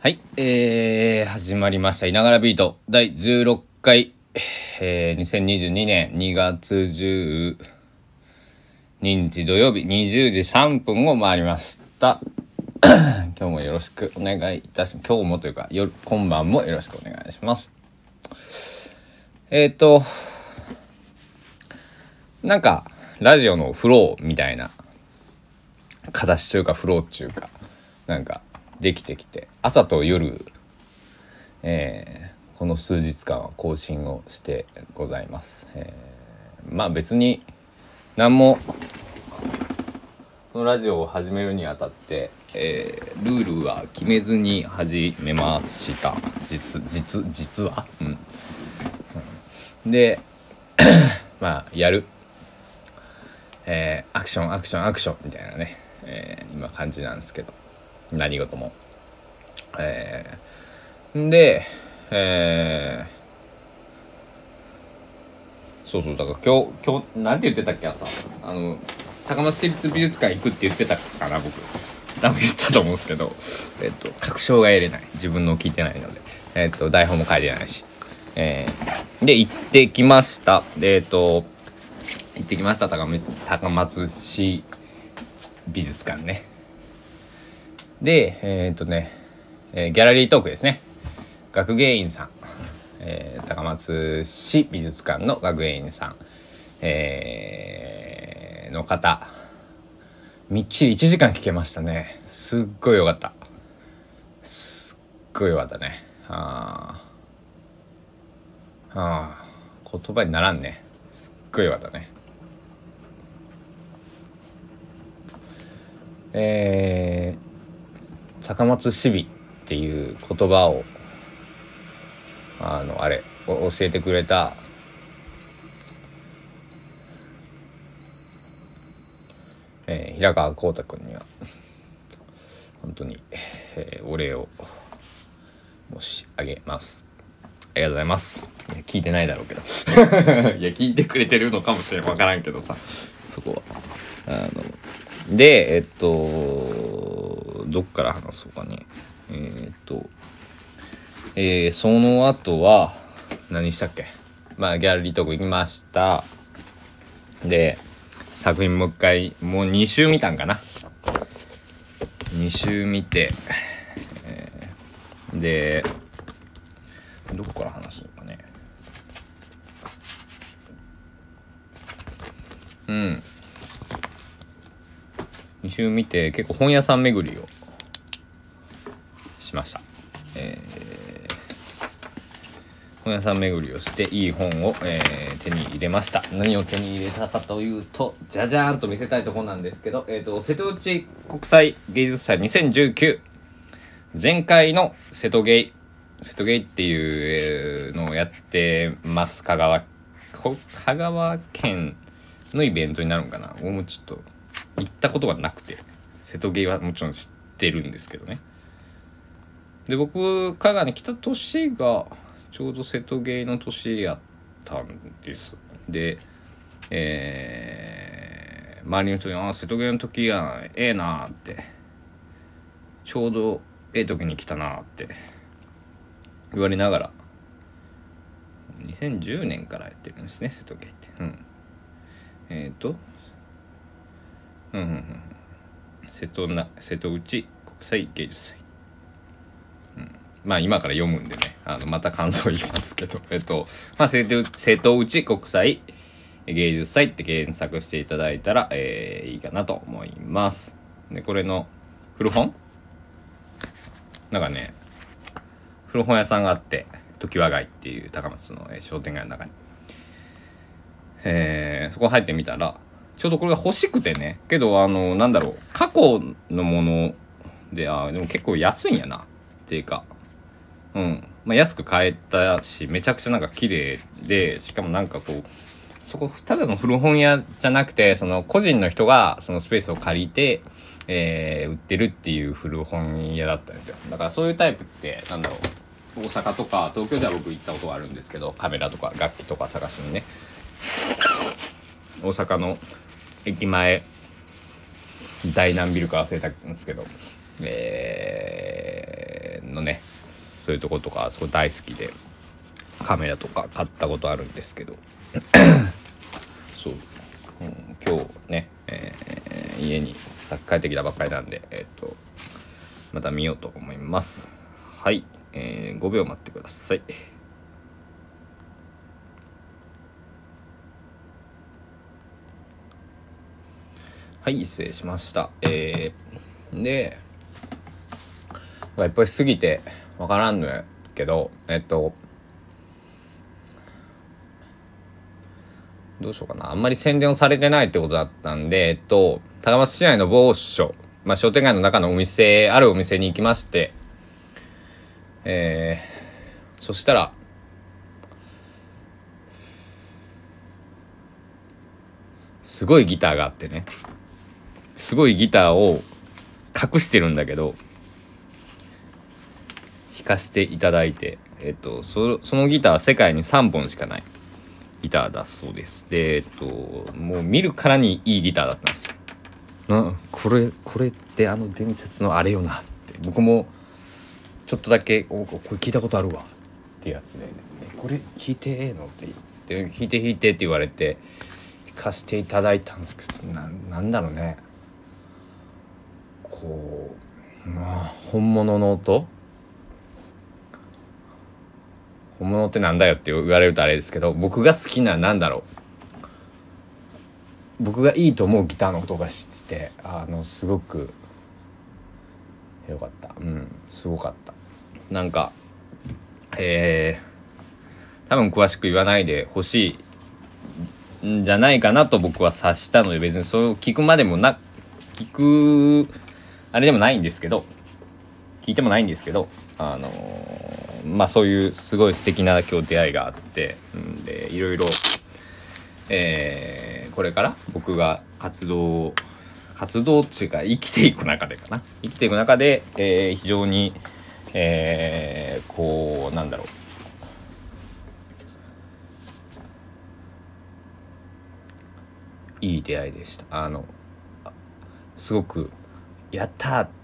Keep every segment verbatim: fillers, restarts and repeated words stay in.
はい、えー、始まりましたいながらビートだいじゅうろっかい、えー、にせんにじゅうにねんにがつじゅうににち土曜日にじゅうじさんぷんを回りました今日もよろしくお願いいたします。今日もというか夜今晩もよろしくお願いします。えっとなんかラジオのフローみたいな形というかフローっていうかなんかできてきて、朝と夜、えー、この数日間は更新をしてございます。えー、まあ別に何もこのラジオを始めるにあたって、えー、ルールは決めずに始めました。実実実は、うん、でまあやる、えー、アクションアクションアクションみたいなね、えー、今感じなんですけど、何事も。えー、で、えー、そうそうだから今日今日なんて言ってたっけ、朝あの高松市立美術館行くって言ってたかな、僕多分言ったと思うんですけど、えっと確証が得れない、自分の聞いてないので、えっと台本も書いてないし、えー、で行ってきました。でえっと行ってきました高松高松市美術館ね。でえー、っとねえー、ギャラリートークですね。学芸員さん、えー、高松市美術館の学芸員さん、えー、の方みっちりいちじかん聞けましたね。すっごいよかった。すっごいよかったね。ああ言葉にならんね。すっごいよかったね。えー、高松市美っていう言葉をあのあれ教えてくれたえー、平川光太くんには本当に、えー、お礼を申し上げます。ありがとうございます。いや聞いてないだろうけどいや聞いてくれてるのかもしれん、分からんけどさ、そこはあのでえっとどっから話そうかね。えー、っと、えー、その後は何したっけ。まあギャラリートーク行きました。で作品もう一回もうに週見たんかな。に週見て、えー、でどこから話すのかね。うんに週見て結構本屋さん巡りをしました。えー、本屋さん巡りをしていい本を、えー、手に入れました。何を手に入れたかというと、じゃじゃーんと見せたいところなんですけど、えーと瀬戸内国際芸術祭にせんじゅうきゅう、前回の瀬戸芸瀬戸芸っていうのをやってます。香川香川県のイベントになるのかな。僕もちょっと行ったことがなくて、瀬戸芸はもちろん知ってるんですけどね。で僕香川に来た年がちょうど瀬戸芸の年やったんです。でえー、周りの人にあ瀬戸芸の時やええなーって、ちょうどええ時に来たなって言われながらにせんじゅうねんからやってるんですね、瀬戸芸って。うんえっ、ー、とうんうんうん瀬戸な瀬戸内国際芸術祭、うん、まあ今から読むんでね、あのまた感想言いますけどえっとまあ瀬戸瀬戸内国際芸術祭って検索していただいたら、えー、いいかなと思います。でこれの古本なんかね、古本屋さんがあって、常盤街っていう高松の商店街の中に、えー、そこ入ってみたらちょうどこれが欲しくてね、けどあのなんだろう過去のもので、あでも結構安いんやなっていうか、うんまあ安く買えたし、めちゃくちゃなんか綺麗で、しかもなんかこうそこただの古本屋じゃなくて、その個人の人がそのスペースを借りて、えー、売ってるっていう古本屋だったんですよ。だからそういうタイプってなんだろう、大阪とか東京では僕行ったことがあるんですけど、カメラとか楽器とか探しにね、大阪の駅前大南ビルか忘れたんですけど、えー、のねそういうとことかすごい大好きで、カメラとか買ったことあるんですけどそう、うん、今日ね、えー、家にさっき帰ってきたばっかりなんで、えっとまた見ようと思います。はい、えー、ごびょう待ってください。はい、失礼しました。えー、でいっぱいしすぎてわからんのやけど、えっとどうしようかな。あんまり宣伝をされてないってことだったんで、えっと高松市内の某所、まあ、商店街の中のお店あるお店に行きまして、えー、そしたらすごいギターがあってね、すごいギターを隠してるんだけど弾かせていただいて、えっとそそのギターは世界にさんぼんしかないギターだそうです。で、えっともう見るからにいいギターだったんですよ。なこれこれってあの伝説のあれよなって、僕もちょっとだけおこれ聞いたことあるわってやつで、これ弾いてええのって言って弾いて弾いてって言われて弾かせていただいたんですけど、な、なんだろうね、こう、まあ、本物の音本物ってなんだよって言われるとあれですけど、僕が好きな、なんだろう、僕がいいと思うギターの音がしてて、あのすごくよかった。うん、すごかった。なんかえー、多分詳しく言わないでほしいんじゃないかなと僕は察したので、別にそう聞くまでもな聞くあれでもないんですけど、聞いてもないんですけど、あのー、まあそういうすごい素敵な今日出会いがあって、んでいろいろ、えー、これから僕が活動活動っていうか生きていく中でかな生きていく中で、えー、非常に、えー、こうなんだろういい出会いでした。あのすごくやったーって、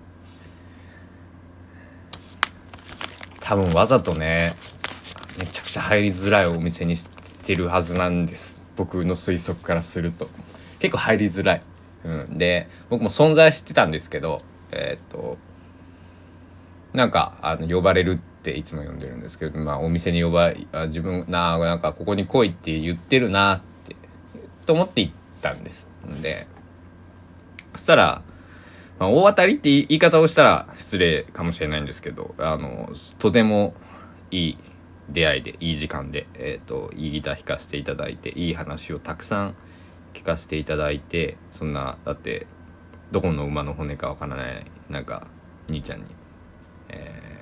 多分わざとねめちゃくちゃ入りづらいお店にしてるはずなんです、僕の推測からすると。結構入りづらい、うん、で僕も存在してたんですけど、えー、っとなんかあの呼ばれるっていつも呼んでるんですけど、まあお店に呼ばあ自分ななんかここに来いって言ってるなってと思って行ったんです。でそしたら、まあ、大当たりって言い方をしたら失礼かもしれないんですけど、あのとてもいい出会いでいい時間で、えー、といいギター弾かせていただいて、いい話をたくさん聞かせていただいて、そんなだってどこの馬の骨かわからないなんか兄ちゃんに、え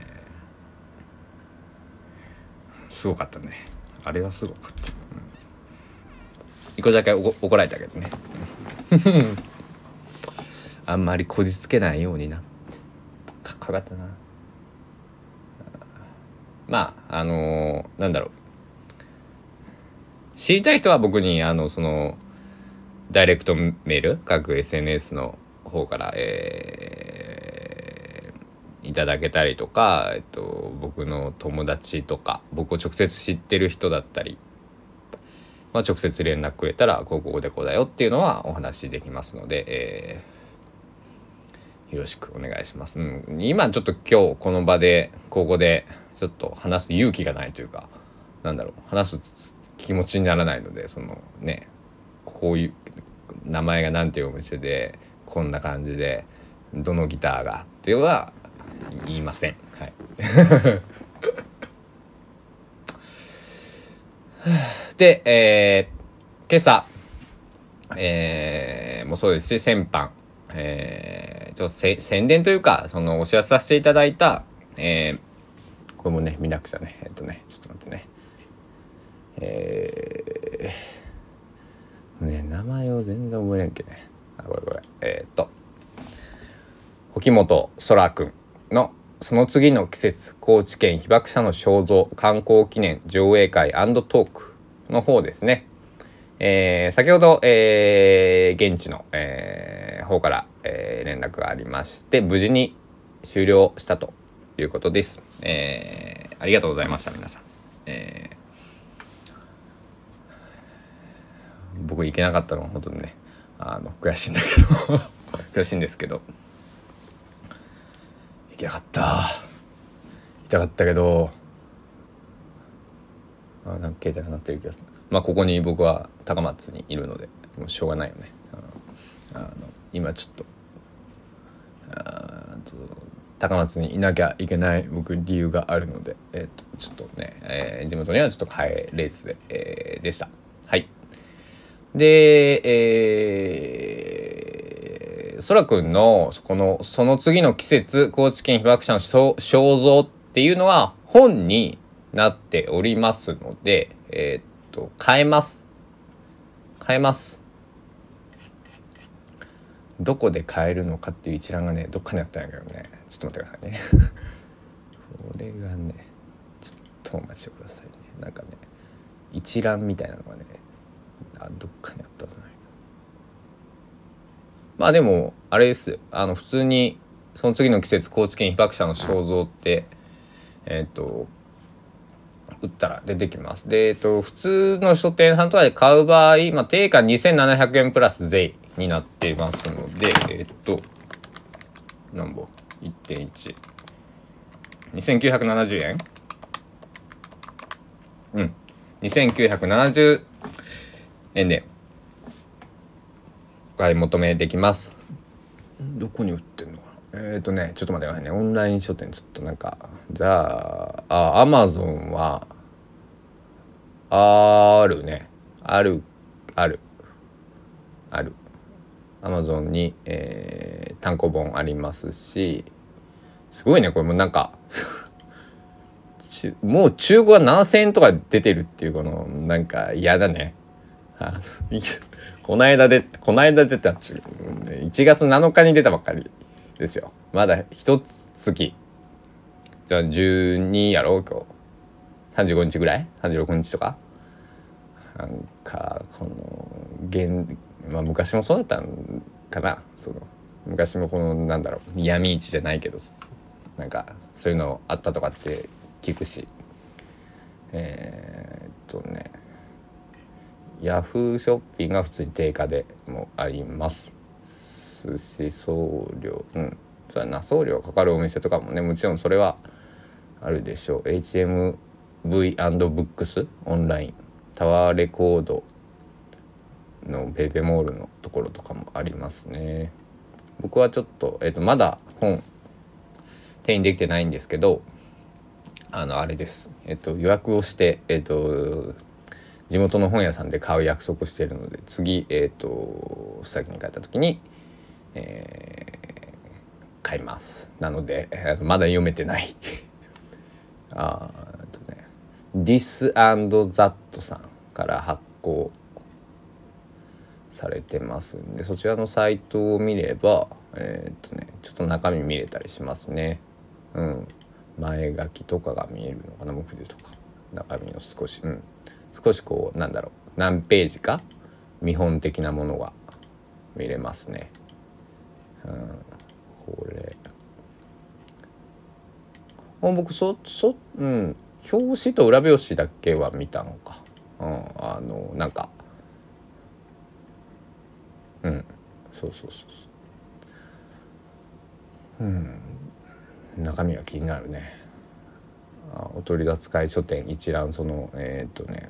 ー、すごかったね。あれはすごかった、うん、一個だけ怒られたけどねあんまりこじつけないようになってかっこよかったな。まああのー、なんだろう、知りたい人は僕にあのそのダイレクトメール各 エスエヌエス の方から、えー、いただけたりとか、えっと、僕の友達とか僕を直接知ってる人だったり、まあ、直接連絡くれたらこうこうでこうだよっていうのはお話しできますので、えー、よろしくお願いします、うん、今ちょっと今日この場でここでちょっと話す勇気がないというか、なんだろう、話す気持ちにならないので、そのねこういう名前がなんていうお店でこんな感じでどのギターがっていうのは言いません。はいで、えー、今朝、えー、もうそうですし先般、えー、ちょっとせ宣伝というかそのお知らせさせていただいた、えー、これもね見なくちゃね、えっとねちょっと待ってね、えー、ね名前を全然覚えれんけね。あこれこれえー、っと沖本空くんのその次の季節高知県被爆者の肖像観光記念上映会&トークの方ですね。えー、先ほど、えー、現地の、えー、方から、えー、連絡がありまして無事に終了したということです。えー、ありがとうございました皆さん。えー、僕行けなかったのは本当にねあの悔しいんだけど悔しいんですけど行けなかった行きたかったけどあなんか携帯が鳴ってる気がする。まあここに僕は高松にいるのでもうしょうがないよね。あの今ちょっとあと高松にいなきゃいけない僕理由があるので、えー、とちょっとね、えー、地元にはちょっと帰れずで、えー、でした。はい。で、えー、そらくんのこのその次の季節高知県被爆者の肖像っていうのは本になっておりますので、えー、っと変えます変えますどこで変えるのかっていう一覧がねどっかにあったんやけどね、ちょっと待ってくださいねこれがねちょっとお待ちくださいね。なんかね一覧みたいなのがねあどっかにあったじゃないか。まあでもあれですあの普通にその次の季節高知県被爆者の肖像ってえっ、ー、と打ったら出てきます。で、えっと、普通の書店さんとかで買う場合、まあ、定価にせんななひゃくえんプラス税になっていますので、えっと、何本 いってんいち。にせんきゅうひゃくななじゅうえんうん。にせんきゅうひゃくななじゅうえんでお買い求めできます。どこに売ってんのかな。えっ、ー、とね、ちょっと待ってくださいね。オンライン書店ちょっとなんか、じゃあ、あ、アマゾンは、あるね。ある、ある、ある。アマゾンに、えー、単行本ありますし、すごいね、これもなんか、もう中古はななせんえんとか出てるっていうこの、なんか嫌だね。こないだで、こないだ出たっちゅう、いちがつなのかに出たばっかりですよ。まだ一月。じゃあじゅうにやろう今日。さんじゅうごにちぐらい ?さんじゅうろくにちとかなんか、この、現、まあ昔もそうだったんかな。その、昔もこの、なんだろう、闇市じゃないけど、なんか、そういうのあったとかって聞くし。えー、っとね、ヤフーショッピングが普通に定価でもありますし、送料、うん、そうやな、送料かかるお店とかもね、もちろんそれはあるでしょう。 エイチエムブイ ブックスオンラインタワーレコードのペイペモールのところとかもありますね。僕はちょっと、えー、とまだ本手にできてないんですけど、あのあれです、えっ、と予約をして、えっ、と地元の本屋さんで買う約束しているので、次えっ、と先に帰った時に、えー、買います。なのでまだ読めてないあーとね This and That さんから発行されてますんで、そちらのサイトを見ればえっ、とねちょっと中身見れたりしますね。うん、前書きとかが見えるのかな、目次とか中身の少し、うん、少しこうなんだろう何ページか見本的なものが見れますね。うん、これ僕そそうん表紙と裏表紙だけは見たのか。うん、あのなんかうんそうそうそうそう、うん、中身が気になるね。あお取り扱い書店一覧、そのえー、っとね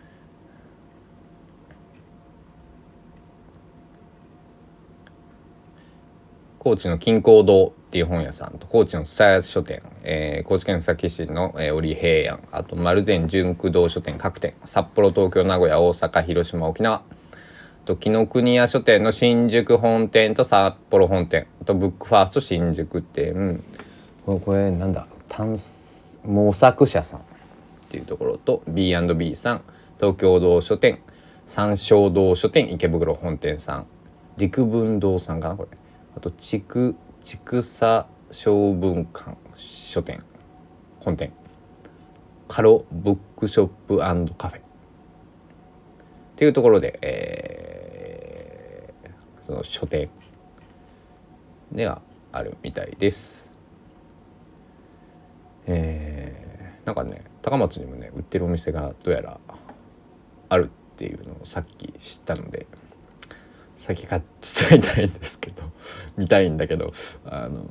高知の金光堂っていう本屋さんと高知の蔦屋書店、えー、高知県須崎市の、えー、折平安、あと丸善純駆動書店各店、札幌東京名古屋大阪広島沖縄と紀ノ国屋書店の新宿本店と札幌本店とブックファースト新宿店、これ、これなんだ探模索者さんっていうところと ビーアンドビー さん、東京堂書店、三省堂書店池袋本店さん、陸文堂さんかなこれ、あと筑筑佐小文館書店本店、カロブックショップ&カフェっていうところで、えー、その書店ではあるみたいです。 えー、なんかね高松にもね売ってるお店がどうやらあるっていうのをさっき知ったので先買っちゃいたいんですけど見たいんだけどあの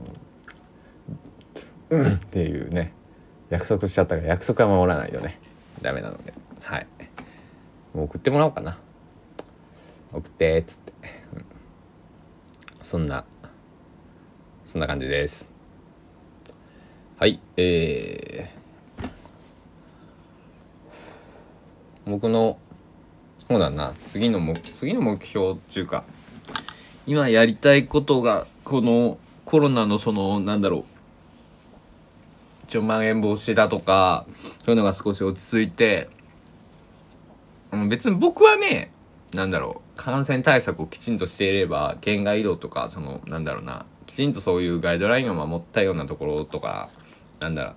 うんっていうね約束しちゃったから約束は守らないとねダメなので、はい、もう送ってもらおうかな。送ってっつって、うん、そんなそんな感じです。はい、えー、僕のそうだな次の目次の目標っていうか今やりたいことがこのコロナのそのなんだろう一応まん延防止だとかそういうのが少し落ち着いて、別に僕はねなんだろう感染対策をきちんとしていれば県外移動とかそのなんだろうなきちんとそういうガイドラインを守ったようなところとかなんだろう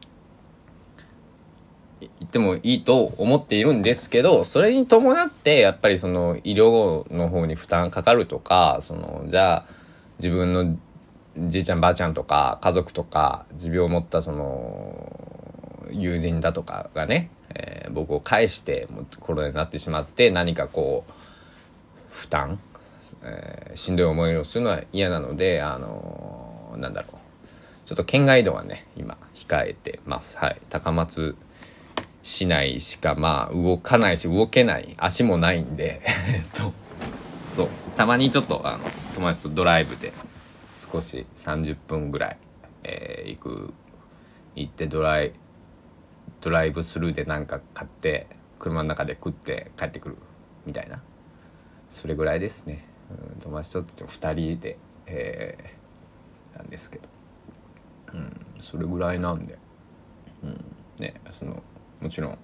言ってもいいと思っているんですけど、それに伴ってやっぱりその医療の方に負担かかるとか、そのじゃあ自分のじいちゃんばあちゃんとか家族とか持病を持ったその友人だとかがね、えー、僕を介してもうコロナになってしまって何かこう負担、えー、しんどい思いをするのは嫌なので、あのー、なんだろうちょっと県外移動はね今控えてます。はい、高松市内しかまあ動かないし動けない足もないんでえっとそうたまにちょっとあの友達とドライブで少しさんじゅっぷんぐらい、えー、行く行ってドライドライブスルーでなんか買って車の中で食って帰ってくるみたいな、それぐらいですね。うん、友達とってふたりで、えー、なんですけど、うん、それぐらいなんで、うんね、そのもちろん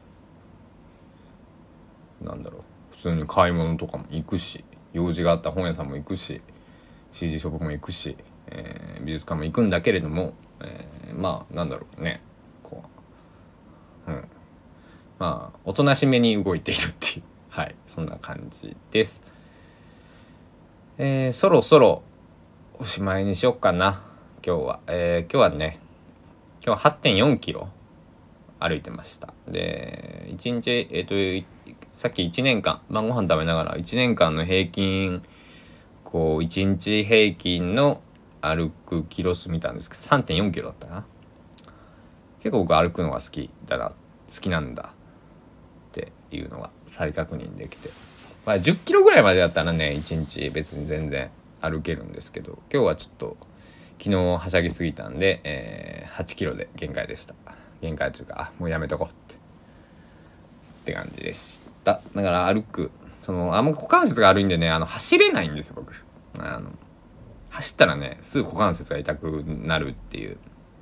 なんだろう普通に買い物とかも行くし、用事があったら本屋さんも行くし シーディー ショップも行くし、えー、美術館も行くんだけれども、えー、まあなんだろうねこう、うん、まあおとなしめに動いているっていうはいそんな感じです。えー、そろそろおしまいにしよっかな今日は、えー、今日はね今日は はってんよんキロ歩いてました。でいちにちえっ、ー、とさっきいちねんかん晩ご飯食べながらいちねんかんの平均こういちにち平均の歩くキロ数見たんですけど さんてんよんキロだったかな。結構僕歩くのが好きだな好きなんだっていうのが再確認できて、まあ、じゅっキロぐらいまでだったらねいちにち別に全然歩けるんですけど、今日はちょっと昨日はしゃぎすぎたんで、えー、はちキロで限界でした。限界というかあもうやめとこうってって感じでした。だから歩くそのあんま股関節が悪いんでねあの走れないんですよ僕。あの走ったらねすぐ股関節が痛くなるっていう、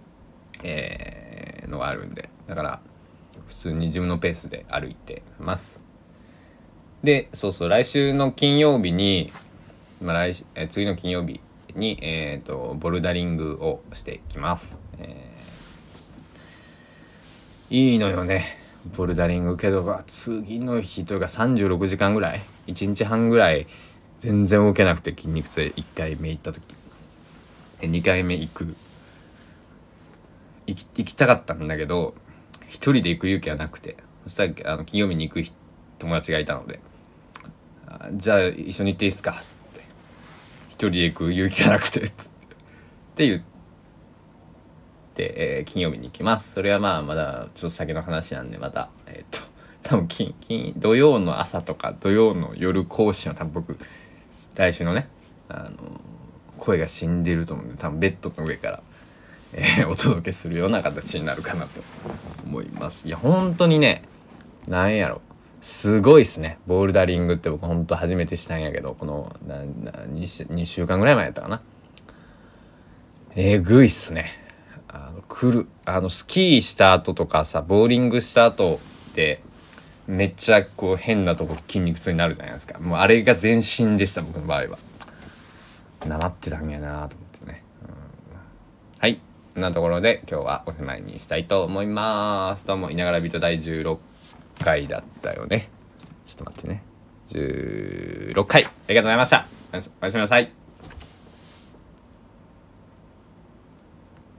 えー、のがあるんで、だから普通に自分のペースで歩いてます。でそうそう来週の金曜日に、まあ、来え次の金曜日に、えー、とボルダリングをしていきます。えー、いいのよねボルダリングけど次の日というかさんじゅうろくじかんぐらいいちにちはんぐらい全然動けなくて、筋肉痛でいっかいめ行った時にかいめ行く行き行きたかったんだけど一人で行く勇気はなくて、そしたらあの金曜日に行く友達がいたのであじゃあ一緒に行っていいっすかっつって一人で行く勇気がなくてって言って、えー、金曜日に行きます。それはまあまだちょっと先の話なんでまたえっ、ー、と多分金金土曜の朝とか土曜の夜更新は多分僕来週のねあの声が死んでると思うんで多分ベッドの上から、えー、お届けするような形になるかなと思います。いや本当にねなんやろすごいっすねボルダリングって僕本当初めてしたんやけどこのなな 2, にしゅうかんぐらい前やったかな。えぐいっすね。あの来るあのスキーした後とかさボーリングした後ってめっちゃこう変なとこ筋肉痛になるじゃないですか。もうあれが全身でした僕の場合は。なまってたんやなと思ってね、うん、はいこんなところで今日はおしまいにしたいと思います。どうもいながらビートだいじゅうろっかいだったよね。ちょっと待ってねじゅうろっかいありがとうございました。おやすみなさい。